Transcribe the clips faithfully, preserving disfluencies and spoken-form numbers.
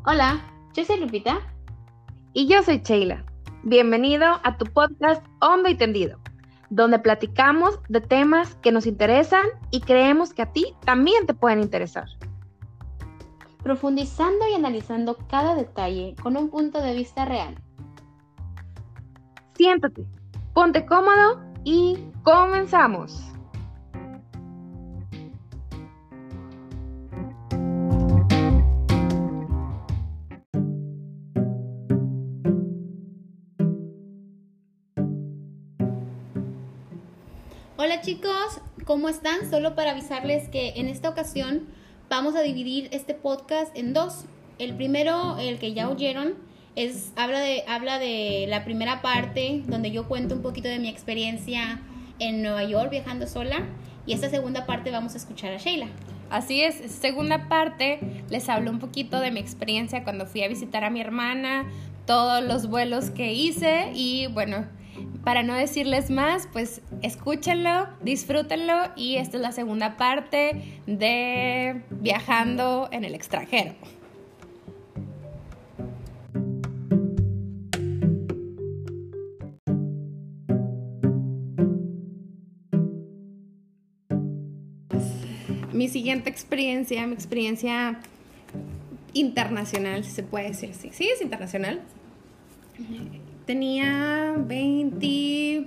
Hola, yo soy Lupita. Y yo soy Sheila. Bienvenido a tu podcast Hondo y Tendido, donde platicamos de temas que nos interesan y creemos que a ti también te pueden interesar. Profundizando y analizando cada detalle con un punto de vista real. Siéntate, ponte cómodo y comenzamos. Hola chicos, ¿cómo están? Solo para avisarles que en esta ocasión vamos a dividir este podcast en dos. El primero, el que ya oyeron, es habla de habla de la primera parte donde yo cuento un poquito de mi experiencia en Nueva York viajando sola, y esta segunda parte vamos a escuchar a Sheila. Así es, segunda parte les hablo un poquito de mi experiencia cuando fui a visitar a mi hermana, todos los vuelos que hice y bueno, para no decirles más, pues escúchenlo, disfrútenlo y esta es la segunda parte de viajando en el extranjero. Mi siguiente experiencia, mi experiencia internacional, si se puede decir así. Sí, es internacional. Tenía veintiséis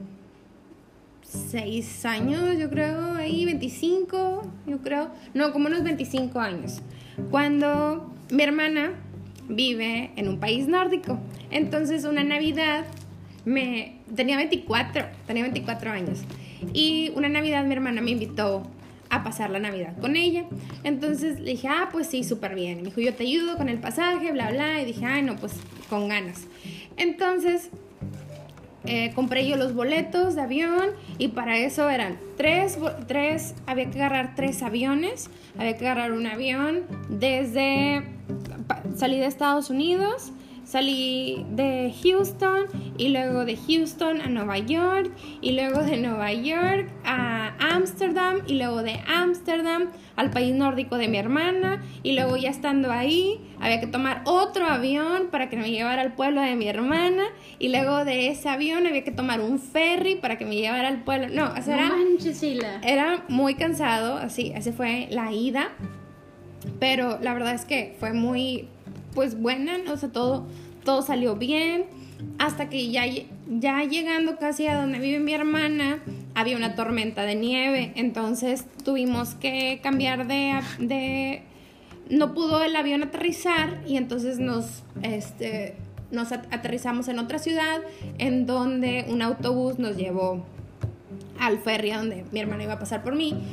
años, yo creo, ahí, veinticinco, yo creo. No, como unos veinticinco años. Cuando mi hermana vive en un país nórdico. Entonces, una Navidad, me tenía veinticuatro, tenía veinticuatro años. Y una Navidad mi hermana me invitó a pasar la Navidad con ella. Entonces le dije, ah, pues sí, súper bien. Y me dijo, yo te ayudo con el pasaje, bla, bla. Y dije, ay, no, pues con ganas. Entonces eh, compré yo los boletos de avión y para eso eran tres, tres, había que agarrar tres aviones. Había que agarrar un avión desde, salí de Estados Unidos, salí de Houston y luego de Houston a Nueva York y luego de Nueva York a Ámsterdam y luego de Ámsterdam al país nórdico de mi hermana y luego ya estando ahí había que tomar otro avión para que me llevara al pueblo de mi hermana y luego de ese avión había que tomar un ferry para que me llevara al pueblo. No, o sea, no era, manches, Sheila. Era muy cansado, así, así fue la ida, pero la verdad es que fue muy, pues buena, o sea, todo, todo salió bien, hasta que ya, ya llegando casi a donde vive mi hermana, había una tormenta de nieve, entonces tuvimos que cambiar de, de no pudo el avión aterrizar y entonces nos, este, nos aterrizamos en otra ciudad en donde un autobús nos llevó al ferry donde mi hermana iba a pasar por mí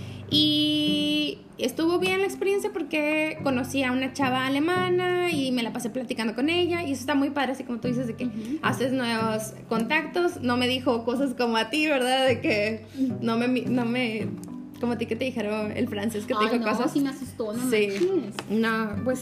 y estuvo bien la experiencia porque conocí a una chava alemana y me la pasé platicando con ella y eso está muy padre, así como tú dices, de que uh-huh. haces nuevos contactos. No me dijo cosas como a ti, ¿verdad? De que no me, no me como a ti que te dijeron el francés que te Ay, dijo no, cosas. Sí me asustó, no sí, manches. No, pues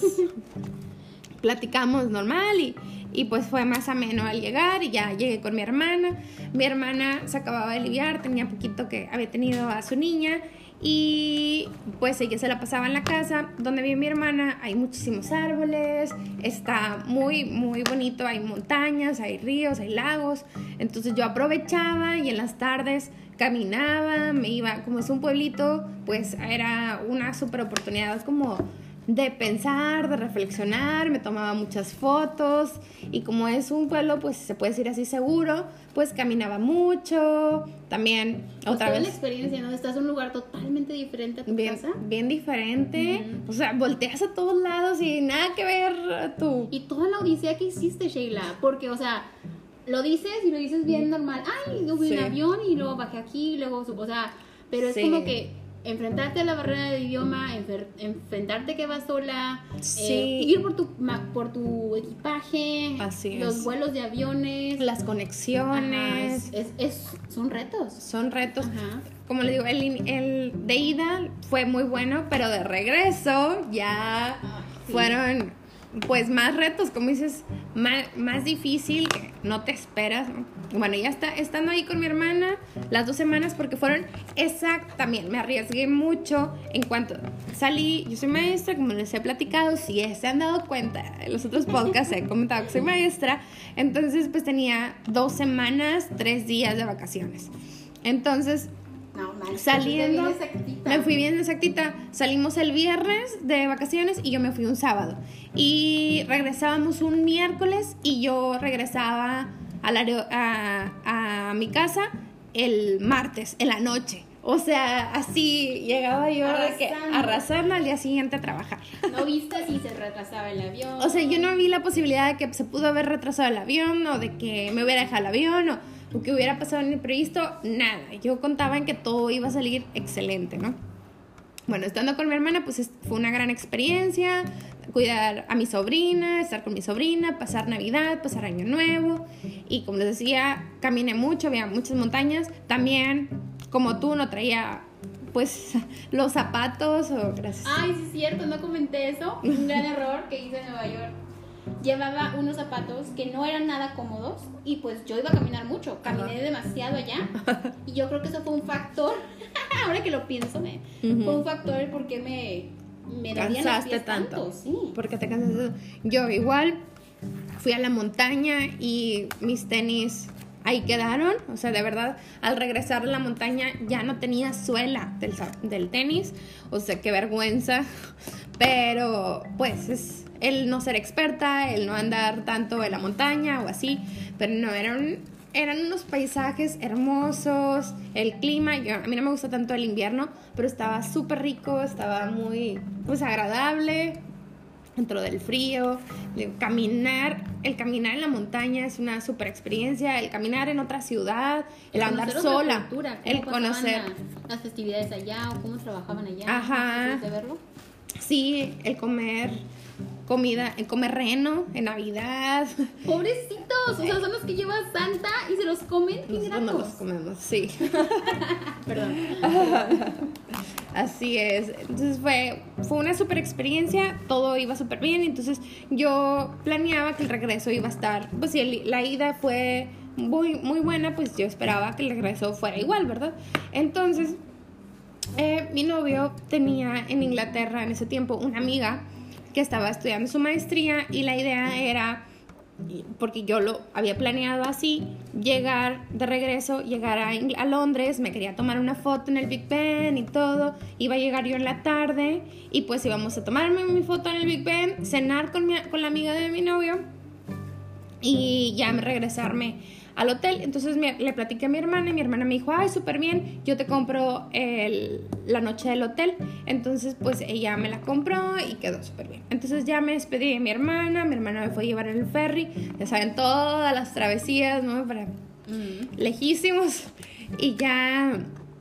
platicamos normal y Y pues fue más ameno al llegar y ya llegué con mi hermana. Mi hermana se acababa de aliviar, tenía poquito que había tenido a su niña y pues ella se la pasaba en la casa. Donde vive mi hermana hay muchísimos árboles, está muy, muy bonito, hay montañas, hay ríos, hay lagos. Entonces yo aprovechaba y en las tardes caminaba, me iba, como es un pueblito, pues era una súper oportunidad como de pensar, de reflexionar, me tomaba muchas fotos y como es un pueblo, pues se puede decir así seguro, pues caminaba mucho, también pues otra vez. la experiencia, ¿no? Estás en un lugar totalmente diferente a tu bien, casa. Bien diferente, uh-huh. O sea, volteas a todos lados y nada que ver tú. Y toda la odisea que hiciste, Sheila, porque, o sea, lo dices y lo dices bien normal, ay, subí sí. un avión y luego bajé aquí y luego, o sea, pero es sí. como que enfrentarte a la barrera del idioma, enfer- enfrentarte que vas sola, sí. eh, ir por tu, por tu equipaje, así los es. vuelos de aviones, las conexiones. Ajá, es, es, son retos. Son retos. Ajá. Como le digo, el, el de ida fue muy bueno, pero de regreso ya ah, sí. fueron pues más retos, como dices, más, más difícil, que no te esperas, ¿no? Bueno, ya está, estando ahí con mi hermana las dos semanas, porque fueron exact, también me arriesgué mucho en cuanto salí. Yo soy maestra, como les he platicado, si se han dado cuenta en los otros podcasts he comentado que soy maestra, entonces pues tenía dos semanas, tres días de vacaciones. Entonces No, man, saliendo, bien me fui bien exactita. Salimos el viernes de vacaciones y yo me fui un sábado. Y regresábamos un miércoles y yo regresaba al aer- a, a mi casa el martes, en la noche. O sea, así llegaba yo de que, Arrasando. arrasando al día siguiente a trabajar. No viste si se retrasaba el avión. O sea, yo no vi la posibilidad de que se pudo haber retrasado el avión o de que me hubiera dejado el avión o, o que hubiera pasado en el imprevisto, nada. Yo contaba en que todo iba a salir excelente, ¿no? Bueno, estando con mi hermana, pues es- fue una gran experiencia, cuidar a mi sobrina, estar con mi sobrina, pasar Navidad, pasar Año Nuevo. Y como les decía, caminé mucho, había muchas montañas. También, como tú, no traía, pues, los zapatos o... Gracias. Ay, sí es cierto, no comenté eso. Un gran error que hice en Nueva York. Llevaba unos zapatos que no eran nada cómodos y pues yo iba a caminar mucho. Caminé Ajá. demasiado allá y yo creo que eso fue un factor. Ahora que lo pienso, me, Ujú. fue un factor el por qué me, me dolían los Cansaste pies tanto. tanto. Sí. Porque te cansas de eso. Yo igual fui a la montaña y mis tenis ahí quedaron. O sea, de verdad, al regresar de la montaña ya no tenía suela del, za- del tenis. O sea, qué vergüenza. Pero pues es el no ser experta, el no andar tanto en la montaña o así. Pero no, eran, eran unos paisajes hermosos, el clima. Yo, a mí no me gusta tanto el invierno, pero estaba súper rico, estaba muy pues agradable dentro del frío. De caminar, el caminar en la montaña es una súper experiencia, el caminar en otra ciudad, el andar Conocer otra sola, cultura, cómo el pasaban conocer, la- las festividades allá o cómo trabajaban allá. Ajá. ¿No de verlo? sí, el comer comida, el comer reno en Navidad. Pobrecitos, o sea, son los que lleva Santa y se los comen. Qué Nosotros no los gratos. comemos, sí. Perdón. Así es. Entonces fue, fue una super experiencia, todo iba súper bien. Entonces yo planeaba que el regreso iba a estar, pues si el- la ida fue muy, muy buena, pues yo esperaba que el regreso fuera igual, ¿verdad? Entonces eh, mi novio tenía en Inglaterra en ese tiempo una amiga que estaba estudiando su maestría y la idea era, porque yo lo había planeado así, llegar de regreso, llegar a, Ingl- a Londres, me quería tomar una foto en el Big Ben y todo, iba a llegar yo en la tarde y pues íbamos a tomarme mi foto en el Big Ben, cenar con, mi, con la amiga de mi novio y ya me regresarme al hotel. Entonces me, le platiqué a mi hermana y mi hermana me dijo, ay, súper bien, yo te compro el, la noche del hotel. Entonces pues ella me la compró y quedó súper bien. Entonces ya me despedí de mi hermana, mi hermana me fue a llevar en el ferry, ya saben, todas las travesías, ¿no? Para Mm. lejísimos. Y ya,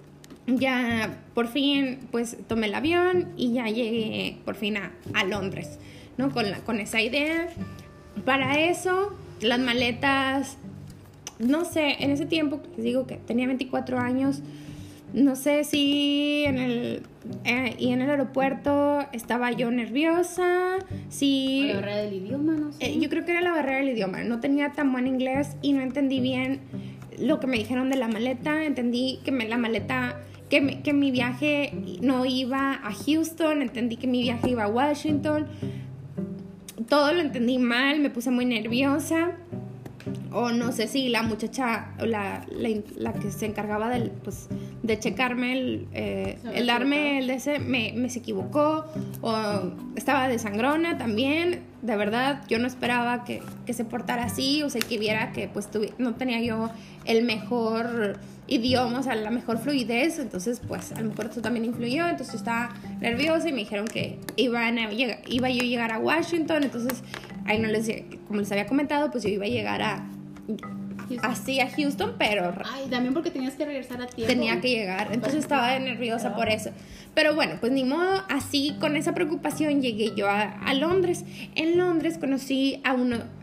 ya por fin pues tomé el avión y ya llegué por fin a, a Londres, ¿no? Con, la, con esa idea. Para eso, las maletas, no sé, en ese tiempo, les digo que tenía veinticuatro años, no sé si en el, eh, y en el aeropuerto estaba yo nerviosa, si... La barrera del idioma, no sé. Eh, yo creo que era la barrera del idioma. No tenía tan buen inglés y no entendí bien lo que me dijeron de la maleta. Entendí que me, la maleta, que, me- que mi viaje no iba a Houston. Entendí que mi viaje iba a Washington. Todo lo entendí mal, me puse muy nerviosa. O no sé si la muchacha, o la, la, la que se encargaba del, pues, de checarme, el, eh, Se había el darme equivocado. el de ese, me, me se equivocó, o estaba de sangrona también. De verdad, yo no esperaba que, que se portara así, o sea, que viera que pues tuvi- no tenía yo el mejor idioma, o sea, la mejor fluidez. Entonces, pues, a lo mejor eso también influyó. Entonces, yo estaba nerviosa y me dijeron que iban a lleg- iba yo a llegar a Washington. Entonces, ahí no les, como les había comentado, pues yo iba a llegar a Houston. así a Houston, pero Ay, también porque tenías que regresar a tiempo. tenía que llegar, entonces estaba nerviosa por eso. Pero bueno, pues ni modo, así con esa preocupación llegué yo a, a Londres. En Londres conocí a uno,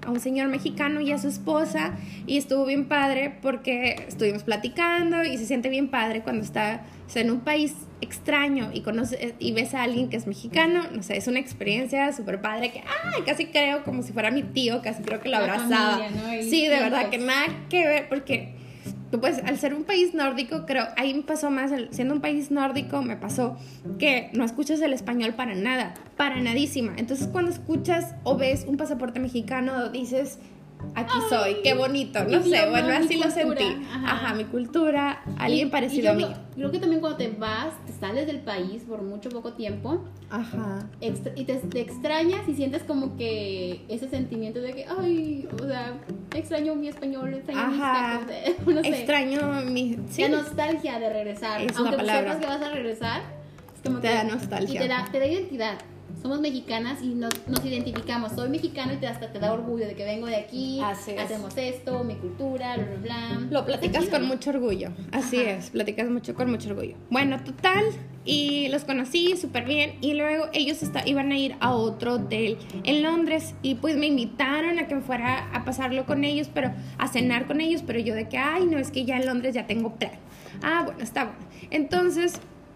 a un señor mexicano y a su esposa, y estuvo bien padre porque estuvimos platicando y se siente bien padre cuando está, o sea, en un país extraño y conoce, y ves a alguien que es mexicano, no sé, es una experiencia súper padre que, ay, casi creo como si fuera mi tío, casi creo que lo abrazaba. La familia, ¿no? Sí, de verdad que nada que ver, porque pues al ser un país nórdico, creo, ahí me pasó más, siendo un país nórdico, me pasó que no escuchas el español para nada, para nadísima. Entonces cuando escuchas o ves un pasaporte mexicano, dices, aquí Ay, soy, qué bonito, no sé, idioma, bueno, así mi lo cultura. sentí. Ajá. Ajá, mi cultura, alguien Y- parecido y yo a mí. Creo, creo que también cuando te vas, te sales del país por mucho poco tiempo, Ajá. extra- y te, te extrañas y sientes como que ese sentimiento de que, ay, o sea, extraño mi español, extraño Ajá. mis tacos, de- no sé. Extraño mi... Sí, La nostalgia de regresar. Es la Aunque palabra. sepas que vas a regresar, es como Te que- da nostalgia. Y te da, te da identidad. Somos mexicanas y nos, nos identificamos. Soy mexicano y te, hasta te da orgullo de que vengo de aquí, Así es. hacemos esto, mi cultura, bla, bla, bla. Lo platicas Está con chido. mucho orgullo, así Ajá. es, platicas mucho con mucho orgullo. Bueno, total, y los conocí súper bien, y luego ellos está, iban a ir a otro hotel en Londres, y pues me invitaron a que fuera a pasarlo con ellos, pero a cenar con ellos, pero yo de que, ay, no, es que ya en Londres ya tengo plan. Ah, bueno, está bueno. Entonces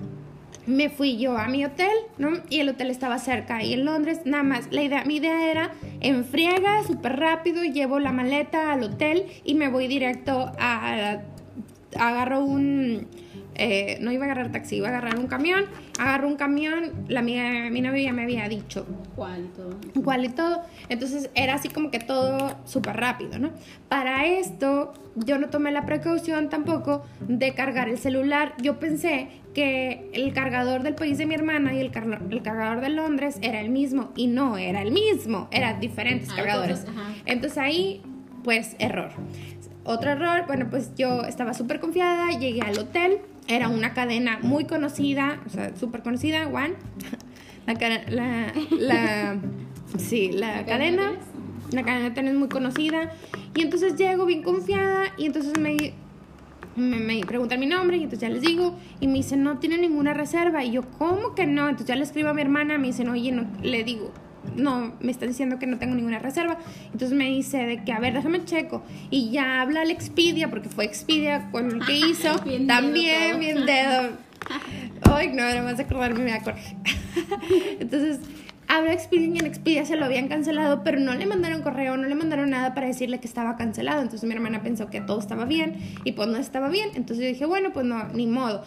me fui yo a mi hotel, ¿no? Y el hotel estaba cerca y en Londres, nada más, la idea, mi idea era en friega, súper rápido, llevo la maleta al hotel y me voy directo a, agarro un, eh, no iba a agarrar taxi, iba a agarrar un camión, agarro un camión, la amiga, mi novia ya me había dicho ¿Cuál y todo? cuál y todo, entonces era así como que todo súper rápido, ¿no? Para esto yo no tomé la precaución tampoco de cargar el celular. Yo pensé que el cargador del país de mi hermana y el, car- el cargador de Londres era el mismo, y no era el mismo, eran diferentes Ah, cargadores. entonces, ajá. Entonces ahí, pues, error. Otro error, bueno, pues yo estaba súper confiada, llegué al hotel, era una cadena muy conocida, o sea, súper conocida, One. La, ca- la, la, sí, la, ¿La cadena cadena, de hoteles? la cadena de hoteles muy conocida, y entonces llego bien confiada, y entonces me, me, me preguntan mi nombre, y entonces ya les digo, y me dicen, no tiene ninguna reserva, y yo, ¿cómo que no? Entonces ya le escribo a mi hermana, me dicen, oye, no, le digo, no, me está diciendo que no tengo ninguna reserva. Entonces me dice de que, a ver, déjame checo. Y ya habla al Expedia, porque fue Expedia con el que hizo. Bien También, dedo todo. bien dedo. Ay, no, nada más de acordarme me acordé. Entonces, habla Expedia y en Expedia se lo habían cancelado, pero no le mandaron correo, no le mandaron nada para decirle que estaba cancelado. Entonces mi hermana pensó que todo estaba bien y pues no estaba bien. Entonces yo dije, bueno, pues no, ni modo.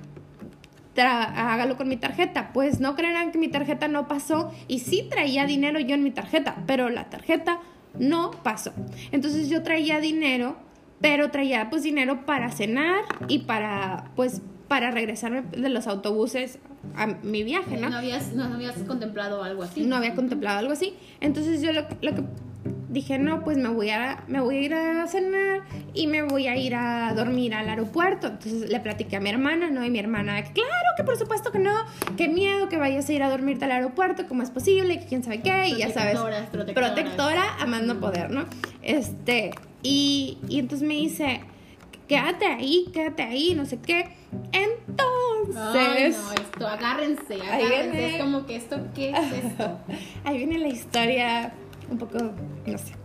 Tra- hágalo con mi tarjeta. Pues no creerán que mi tarjeta no pasó, y sí traía dinero yo en mi tarjeta, pero la tarjeta no pasó. Entonces yo traía dinero, pero traía pues dinero para cenar y para pues para regresarme de los autobuses a mi viaje, ¿no? No habías, no habías contemplado algo así. No había contemplado algo así. Entonces yo lo, lo que dije, no, pues me voy, a, me voy a ir a cenar y me voy a ir a dormir al aeropuerto. Entonces le platiqué a mi hermana, ¿no? Y mi hermana, claro que por supuesto que no, qué miedo que vayas a ir a dormirte al aeropuerto, ¿cómo es posible? Que quién sabe qué, y ya sabes, Protectoras, protectoras. protectora a más no poder, ¿no? Este, y, y entonces me dice, quédate ahí, quédate ahí, no sé qué. Entonces... Ay, no, esto, agárrense, Ahí agárrense. viene. Es como que esto, ¿qué es esto? Ahí viene la historia un poco, no sé.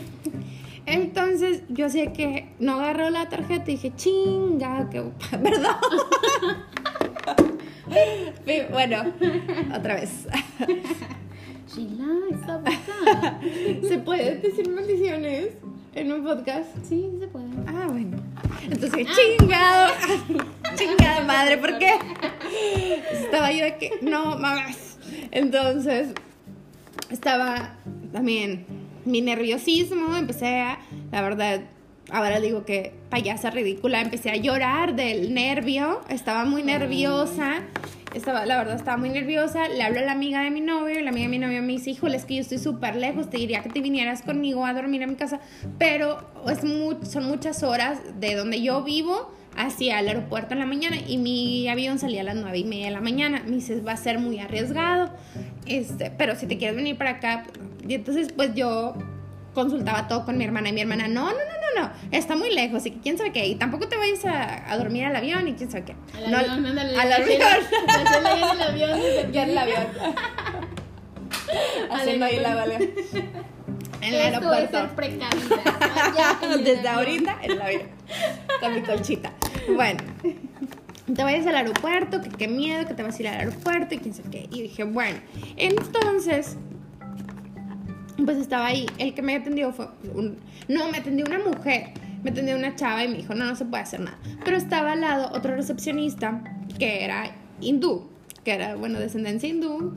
Entonces yo sé que no agarró la tarjeta y dije, chinga, que perdón. Sí, bueno, otra vez. Sheila, esta boca. ¿Se pueden decir maldiciones en un podcast? Sí, sí se puede. Ah, bueno. Entonces, chingado. Chingada madre, ¿por qué? Estaba yo de que, no mames. Entonces, estaba también mi nerviosismo. Empecé a, la verdad, ahora digo que payasa ridícula. Empecé a llorar del nervio. Estaba muy nerviosa. Estaba, la verdad, estaba muy nerviosa. Le hablo a la amiga de mi novio, y la amiga de mi novio me dice, híjole, es que yo estoy súper lejos, te diría que te vinieras conmigo a dormir a mi casa, pero es muy, son muchas horas de donde yo vivo hacia el aeropuerto en la mañana, y mi avión salía a las nueve y media de la mañana. Me dice, va a ser muy arriesgado, este, pero si te quieres venir para acá. Y entonces pues yo consultaba todo con mi hermana, y mi hermana, no, no, no, no, no, está muy lejos, y que quién sabe qué, y tampoco te vayas a, a dormir al avión, y quién sabe qué. Al No, avión, ándale. al avión. La Sheila ya en el avión. desde Ya en el avión. Vale, Haciendo ahí pues. la vale. En el Esto aeropuerto. es ser precavida. Vaya en el Desde avión. ahorita en la vida. Con mi colchita. Bueno, te vayas al aeropuerto, que qué miedo que te vas a ir al aeropuerto y quién sabe qué. Y dije, bueno, entonces, pues estaba ahí. El que me atendió fue un... No, me atendió una mujer. Me atendió una chava y me dijo, no, no se puede hacer nada. Pero estaba al lado otro recepcionista que era hindú, que era, bueno, descendencia hindú.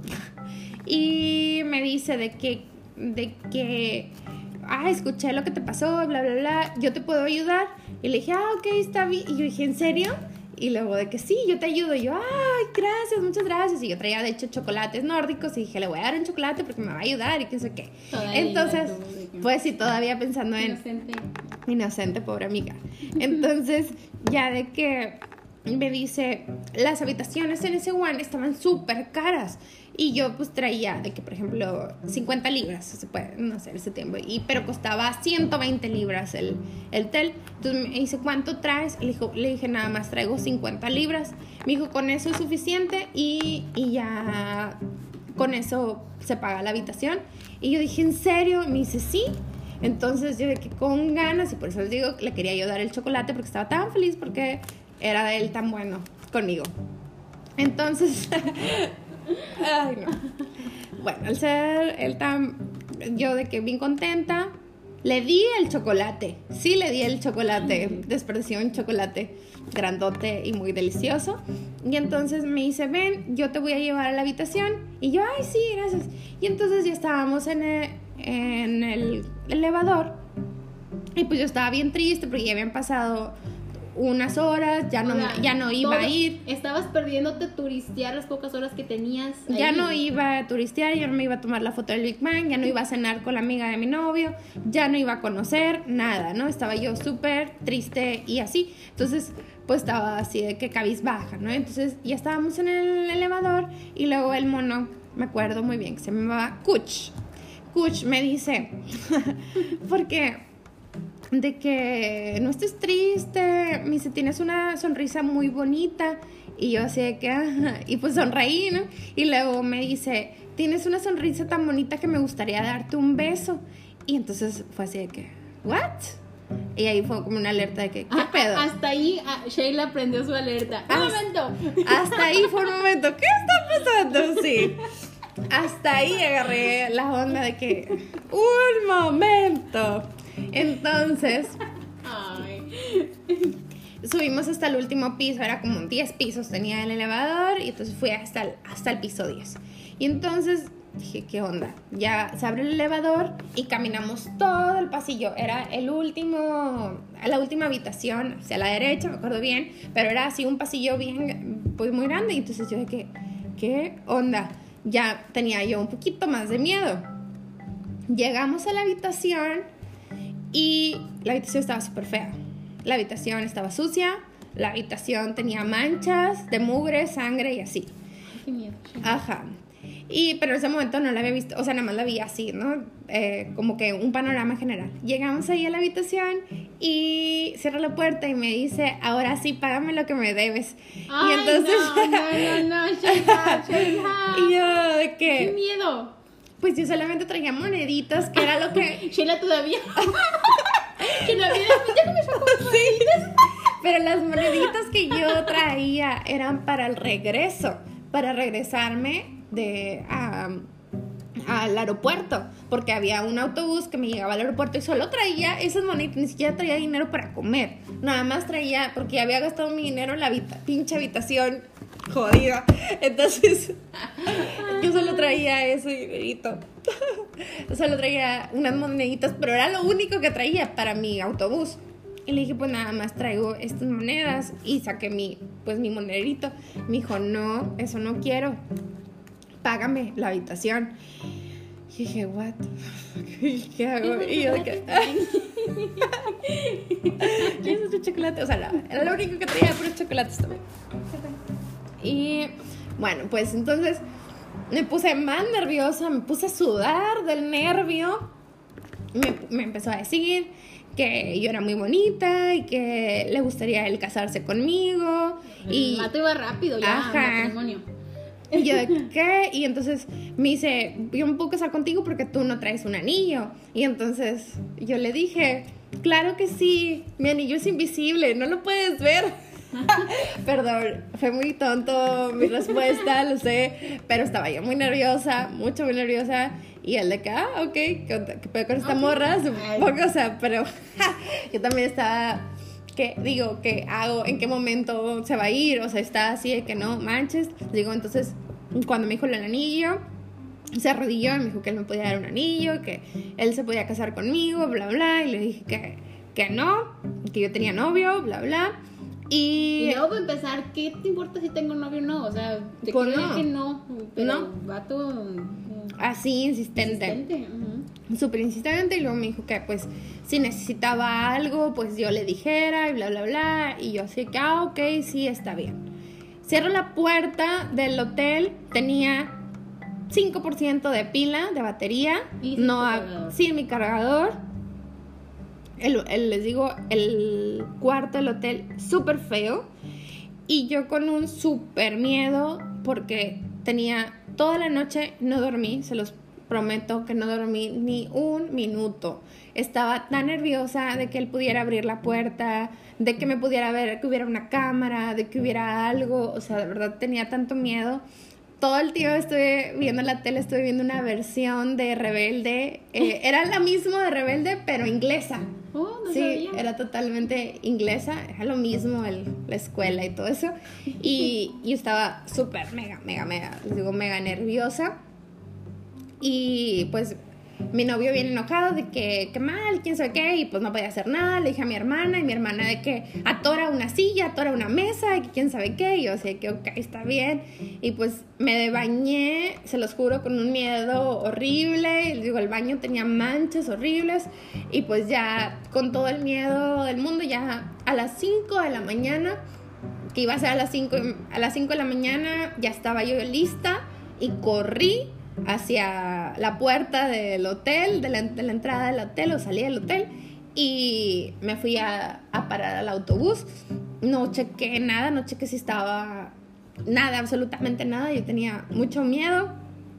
Y me dice de que, de que, ah, escuché lo que te pasó, bla, bla, bla, yo te puedo ayudar. Y le dije, ah, ok, está bien. Y yo dije, ¿en serio? Y luego de que sí, yo te ayudo. Y yo, ay, gracias, muchas gracias. Y yo traía, de hecho, chocolates nórdicos. Y dije, le voy a dar un chocolate porque me va a ayudar y quién sé qué. Todavía Entonces, tú, de que- pues sí, todavía pensando en... Inocente. Inocente, pobre amiga. Entonces, ya de que me dice, las habitaciones en ese one estaban súper caras. Y yo pues traía de que, por ejemplo, cincuenta libras, se puede, no sé, ese tiempo. Y, pero costaba ciento veinte libras el, el tel. Entonces me dice, ¿cuánto traes? Le, dijo, le dije, nada más traigo cincuenta libras. Me dijo, con eso es suficiente y, y ya con eso se paga la habitación. Y yo dije, ¿en serio? Y me dice, sí. Entonces yo de que con ganas, y por eso les digo, le quería yo dar el chocolate porque estaba tan feliz porque era de él tan bueno conmigo. Entonces, ay no. Bueno, al ser él tan, yo de que bien contenta, le di el chocolate. Sí, le di el chocolate. Desperdicié un chocolate grandote y muy delicioso. Y entonces me dice, ven, yo te voy a llevar a la habitación. Y yo, ay, sí, gracias. Y entonces ya estábamos en el, en el elevador. Y pues yo estaba bien triste porque ya habían pasado unas horas, ya no, O sea, ya no iba todo- a ir. Estabas perdiéndote turistear las pocas horas que tenías. Ya ahí. no iba a turistear, ya no me iba a tomar la foto del Big Bang, ya no iba a cenar con la amiga de mi novio, ya no iba a conocer nada, ¿no? Estaba yo súper triste y así. Entonces, pues estaba así de que cabizbaja, ¿no? Entonces ya estábamos en el elevador y luego el mono, me acuerdo muy bien, que se llamaba Kuch. Kuch me dice, porque de que no estés triste, me dice, tienes una sonrisa muy bonita. Y yo así de que, ajá, y pues sonreí, ¿no? Y luego me dice, tienes una sonrisa tan bonita que me gustaría darte un beso. Y entonces fue así de que, ¿what? Y ahí fue como una alerta de que, ¿qué Ah, pedo? Hasta ahí ah, Sheila prendió su alerta. ¡Un Hasta- momento! Hasta ahí fue un momento, ¿qué está pasando? Sí. Hasta ahí agarré la onda de que, un momento. Entonces, Ay. subimos hasta el último piso, era como diez pisos tenía el elevador, y entonces fui hasta el, hasta el piso diez. Y entonces dije, ¿qué onda? Ya se abre el elevador y caminamos todo el pasillo. Era el último, la última habitación hacia la derecha, me acuerdo bien, pero era así un pasillo bien, pues muy grande. Y entonces yo dije, ¿qué onda? Ya tenía yo un poquito más de miedo. Llegamos a la habitación y la habitación estaba súper fea. La habitación estaba sucia, la habitación tenía manchas de mugre, sangre y así. Ay, qué miedo. Sheila. Ajá. Y, pero en ese momento no la había visto, o sea, nada más la vi así, ¿no? Eh, como que un panorama general. Llegamos ahí a la habitación y cierra la puerta y me dice, ahora sí, págame lo que me debes. Ay, y entonces, no, no, no, no, Sheila, Sheila. y yo de ¡Qué que, miedo! pues yo solamente traía moneditas, que era lo que... Sheila todavía. Que la vida ya comenzó a comer. Sí. Pero las moneditas que yo traía eran para el regreso, para regresarme de a, al aeropuerto, porque había un autobús que me llegaba al aeropuerto y solo traía esas moneditas, ni siquiera traía dinero para comer, nada más traía, porque ya había gastado mi dinero en la habita, pinche habitación jodida, entonces yo solo traía ese dinerito. Solo traía unas moneditas, pero era lo único que traía para mi autobús. Y le dije, pues nada más traigo estas monedas. Y saqué mi, pues mi monederito. Me dijo, no, eso no quiero. Págame la habitación. Y dije, what? ¿Qué hago? Y yo de que... ¿Quieres otro chocolate? O sea, no, era lo único que traía, pero chocolates también. Y bueno, pues entonces me puse más nerviosa, me puse a sudar del nervio. Me, me empezó a decir que yo era muy bonita y que le gustaría él casarse conmigo. El Y mato iba rápido ya, Ajá. matrimonio. Y yo, ¿de qué? Y entonces me dice, yo me puedo casar contigo porque tú no traes un anillo. Y entonces yo le dije, claro que sí, mi anillo es invisible, no lo puedes ver. Perdón, fue muy tonto mi respuesta, lo sé, pero estaba yo muy nerviosa, mucho muy nerviosa. Y él de que, ah, ok, ¿qué pedo con esta okay. morra? Supongo, o sea, pero yo también estaba... ¿Qué digo? ¿Qué hago? ¿En qué momento se va a ir? O sea, está así de que no manches. Digo, entonces, cuando me dijo el anillo, se arrodilló y me dijo que él me podía dar un anillo, que él se podía casar conmigo, bla, bla. Y le dije que, que no, que yo tenía novio, bla, bla. Y, y luego, para empezar, ¿qué te importa si tengo novio o no? O sea, te pues quiero no. decir que no. Pero no. Vato. Así, insistente. Insistente. Uh-huh. Súper insistente. Y luego me dijo que, pues, si necesitaba algo, pues yo le dijera y bla, bla, bla. Y yo así que, ah, ok, sí, está bien. Cierro la puerta del hotel. Tenía cinco por ciento de pila, de batería. ¿Y sin no tu ha, cargador? Sin mi cargador. El, el, les digo, el cuarto del hotel súper feo. Y yo con un súper miedo porque tenía... Toda la noche no dormí, se los prometo que no dormí ni un minuto. Estaba tan nerviosa de que él pudiera abrir la puerta, de que me pudiera ver, que hubiera una cámara, de que hubiera algo. O sea, de verdad tenía tanto miedo. Todo el tiempo estuve viendo la tele, estuve viendo una versión de Rebelde. Eh, era la misma de Rebelde, pero inglesa. Oh, no sí, sabía. Era totalmente inglesa, era lo mismo el, la escuela y todo eso. Y yo estaba súper, mega, mega, mega, les digo, mega nerviosa. Y pues mi novio bien enojado de que, que mal, quién sabe qué, y pues no podía hacer nada. Le dije a mi hermana, y mi hermana de que atora una silla, atora una mesa, y que quién sabe qué. Y yo así que, ok, está bien. Y pues me bañé, se los juro, con un miedo horrible. Y digo, el baño tenía manchas horribles. Y pues ya con todo el miedo del mundo, ya a las cinco de la mañana, que iba a ser a las cinco, a las cinco de la mañana, ya estaba yo lista y corrí hacia la puerta del hotel, de la, de la entrada del hotel, o salí del hotel y me fui a, a parar al autobús. No chequé nada, no chequé si estaba nada, absolutamente nada. Yo tenía mucho miedo.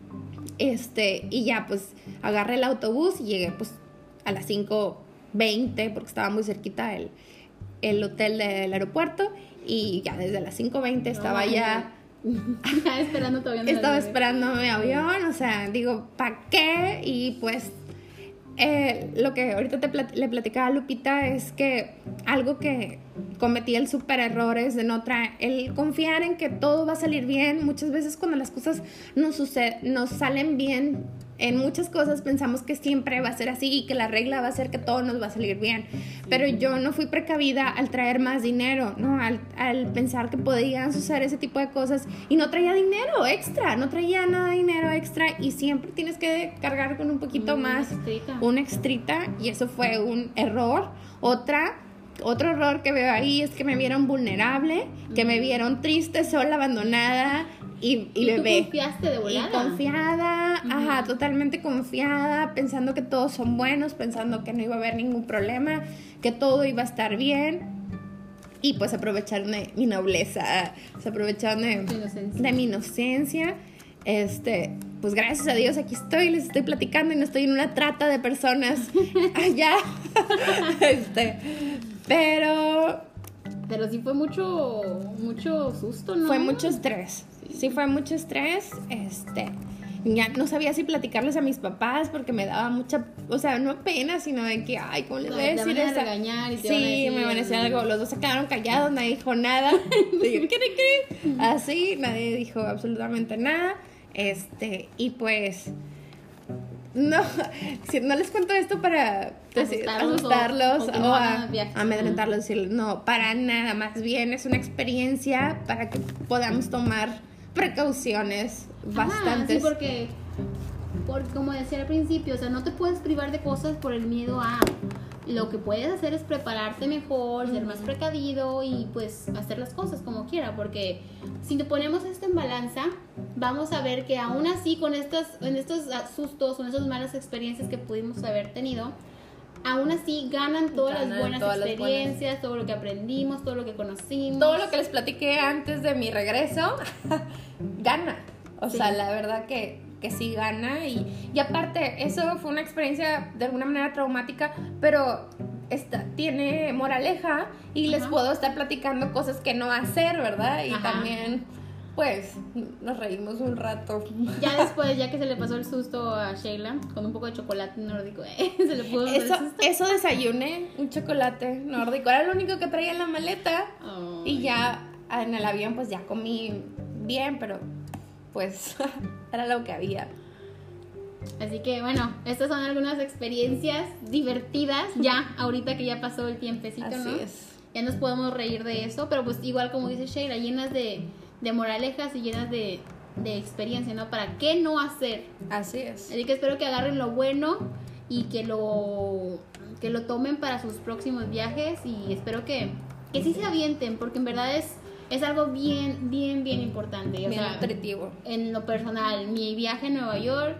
Este, y ya pues agarré el autobús y llegué pues a las cinco veinte porque estaba muy cerquita el, el hotel del aeropuerto. Y ya desde las cinco veinte estaba no, ya... Estaba esperando todavía. Estaba esperando mi avión, o sea, digo, ¿para qué? Y pues eh, lo que ahorita te plat- le platicaba a Lupita es que algo que cometí el súper error es de no traer, el confiar en que todo va a salir bien. Muchas veces cuando las cosas nos, suceden, nos salen bien, en muchas cosas pensamos que siempre va a ser así y que la regla va a ser que todo nos va a salir bien. Pero yo no fui precavida al traer más dinero, ¿no? Al, al pensar que podían suceder ese tipo de cosas y no traía dinero extra, no traía nada de dinero extra y siempre tienes que cargar con un poquito una más, extrita. una extrita, y eso fue un error. Otra... Otro error que veo ahí es que me vieron vulnerable, que me vieron triste, sola, abandonada y, y, ¿Y bebé. tú confiaste de volada? Y confiada, uh-huh. ajá, totalmente confiada, pensando que todos son buenos, pensando que no iba a haber ningún problema, que todo iba a estar bien. Y pues aprovecharon de mi nobleza, se aprovecharon de, de mi inocencia. Este, pues gracias a Dios aquí estoy, les estoy platicando y no estoy en una trata de personas allá. este, pero... Pero sí fue mucho, mucho susto, ¿no? Fue mucho estrés, sí, sí fue mucho estrés, este... Ya no sabía si platicarles a mis papás porque me daba mucha, o sea, no pena, sino de que, ay, ¿cómo les voy a decir eso? Te van a regañar y te sí, van a decir, me van a decir algo. Los dos se quedaron callados, nadie dijo nada. ¿Qué, qué, qué? Así, nadie dijo absolutamente nada. Este, y pues, no, si no les cuento esto para decir, asustarlos, asustarlos o, o, o a, a amedrentarlos, decirles, no, para nada, más bien es una experiencia para que podamos tomar precauciones bastantes. Ajá, sí, porque, porque como decía al principio, o sea, no te puedes privar de cosas por el miedo a... Lo que puedes hacer es prepararte mejor, uh-huh. ser más precavido y pues hacer las cosas como quiera, porque si te ponemos esto en balanza, vamos a ver que aún así con estos, en estos sustos, con esas malas experiencias que pudimos haber tenido, aún así ganan todas ganan las buenas todas experiencias, las buenas. Todo lo que aprendimos, todo lo que conocimos. Todo lo que les platiqué antes de mi regreso, gana. O Sí. sea, la verdad que, que sí gana. Y, y aparte, eso fue una experiencia de alguna manera traumática, pero esta, tiene moraleja y les Ajá. puedo estar platicando cosas que no hacer, ¿verdad? Y Ajá. también, pues, nos reímos un rato. Ya después, ya que se le pasó el susto a Sheila, con un poco de chocolate nórdico, eh, se le pudo pasar Eso, el susto. eso desayuné, un chocolate nórdico. Era lo único que traía en la maleta. Ay. Y ya en el avión, pues ya comí bien, pero pues era lo que había. Así que bueno, estas son algunas experiencias divertidas, ya, ahorita que ya pasó el tiempecito, Así ¿no? es. Ya nos podemos reír de eso, pero pues igual como dice Sheila, llenas de, de moralejas y llenas de, de experiencia, ¿no? ¿Para qué no hacer? Así es. Así que espero que agarren lo bueno y que lo, que lo tomen para sus próximos viajes y espero que, que sí se avienten, porque en verdad es, es algo bien, bien, bien importante. O Bien sea, nutritivo. en lo personal, mi viaje a Nueva York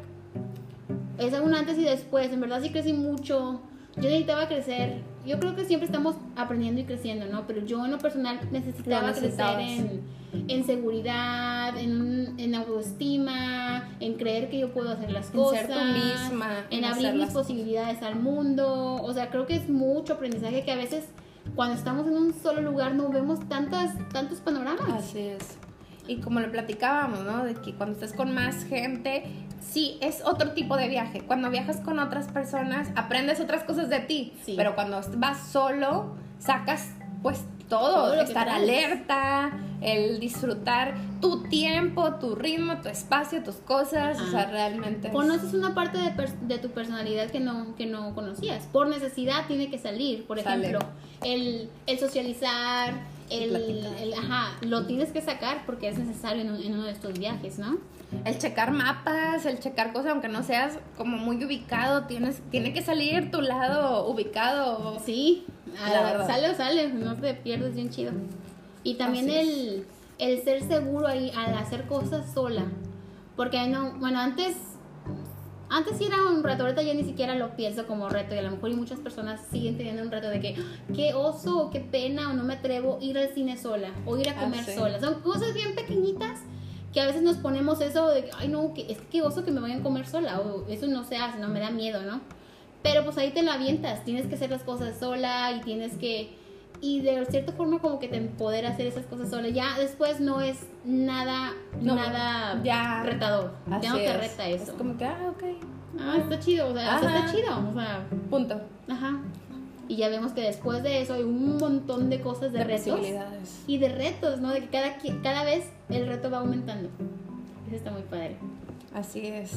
es un antes y después. En verdad sí crecí mucho. Yo necesitaba crecer. Yo creo que siempre estamos aprendiendo y creciendo, ¿no? Pero yo en lo personal necesitaba Lo crecer necesitabas. en, en seguridad, en, en autoestima, en creer que yo puedo hacer las En cosas, ser tú misma, en en abrir hacer mis las posibilidades al mundo. O sea, creo que es mucho aprendizaje que a veces cuando estamos en un solo lugar no vemos tantas, tantos panoramas. Así es. Y como lo platicábamos, ¿no? De que cuando estás con más gente, sí, es otro tipo de viaje. Cuando viajas con otras personas, aprendes otras cosas de ti. Sí. Pero cuando vas solo, sacas pues todo. Todo lo que estar traes. alerta, el disfrutar tu tiempo, tu ritmo, tu espacio, tus cosas. Ajá. O sea, realmente es- Conoces una parte de, pers- de tu personalidad que no, que no conocías. Por necesidad tiene que salir. Por Sale. ejemplo, el, el socializar, el, platicar. el- ajá, lo tienes que sacar porque es necesario en, un- en uno de estos viajes, ¿no? el checar mapas, el checar cosas, aunque no seas como muy ubicado, tienes, tiene que salir tu lado ubicado. Sí, a- La verdad. sale o sale, no te pierdes bien chido. Y también Así es. el, el ser seguro ahí al hacer cosas sola. Porque no, bueno, antes, antes sí era un reto, ahorita ya ni siquiera lo pienso como reto. Y a lo mejor y muchas personas siguen teniendo un reto de que, qué oso, o qué pena, o no me atrevo a ir al cine sola, o ir a Ah, comer sí. sola. Son cosas bien pequeñitas que a veces nos ponemos eso de, ay no, que, es que qué oso que me vayan a comer sola, o eso no se hace, no me da miedo, ¿no? Pero pues ahí te la avientas, tienes que hacer las cosas sola y tienes que, y de cierta forma como que te empodera hacer esas cosas sola. Ya después no es nada, No, nada ya. retador, Así ya no te es. reta eso. Es como que, ah, ok. Ah, está chido, o sea, o sea, Ajá. está chido, o sea, Punto. ajá. Y ya vemos que después de eso hay un montón de cosas de, De retos posibilidades. y de retos, ¿no? De que cada, qui- cada vez el reto va aumentando. Eso está muy padre. Así es.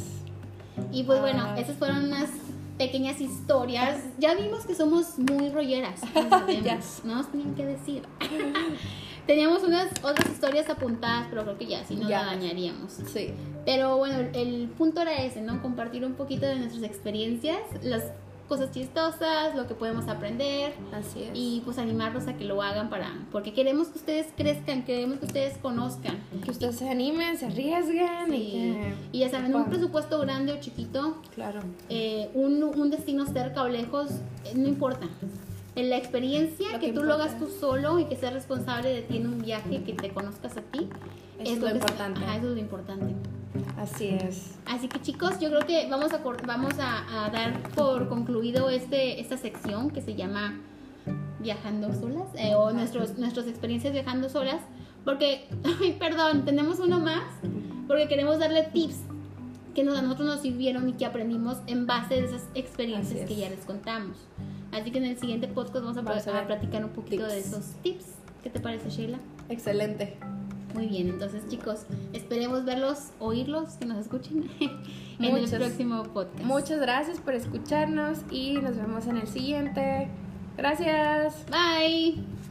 Y pues bueno, Ay. esas fueron unas pequeñas historias. Ya vimos que somos muy rolleras. Lo sabemos, Ya. no nos tenían que decir. Teníamos unas otras historias apuntadas, pero creo que ya, si no Ya. la dañaríamos. Sí. Pero bueno, el punto era ese, ¿no? Compartir un poquito de nuestras experiencias, las cosas chistosas, lo que podemos aprender Así es. y pues animarlos a que lo hagan para, porque queremos que ustedes crezcan, queremos que ustedes conozcan. que ustedes se animen, se arriesguen y Y, que... y ya saben, un puedan. presupuesto grande o chiquito, Claro. eh, un, un destino cerca o lejos, eh, no importa. En la experiencia, Lo que, que tú lo importa. hagas tú solo y que seas responsable de ti en un viaje, que te conozcas a ti, Eso es lo que- importante. ajá, eso es lo importante. Así es. Así que chicos, yo creo que vamos a cor- vamos a, a dar por concluido este esta sección que se llama Viajando solas eh, o nuestros nuestras experiencias viajando solas, porque ay, perdón, tenemos uno más porque queremos darle tips que nos, a nosotros nos sirvieron y que aprendimos en base de esas experiencias Así que es. ya les contamos. Así que en el siguiente podcast vamos a, Vamos a a ver platicar un poquito de tips. esos tips. ¿Qué te parece, Sheila? Excelente. Muy bien, entonces chicos, esperemos verlos, oírlos, que nos escuchen en Muchas- el próximo podcast. Muchas gracias por escucharnos y nos vemos en el siguiente. Gracias. Bye.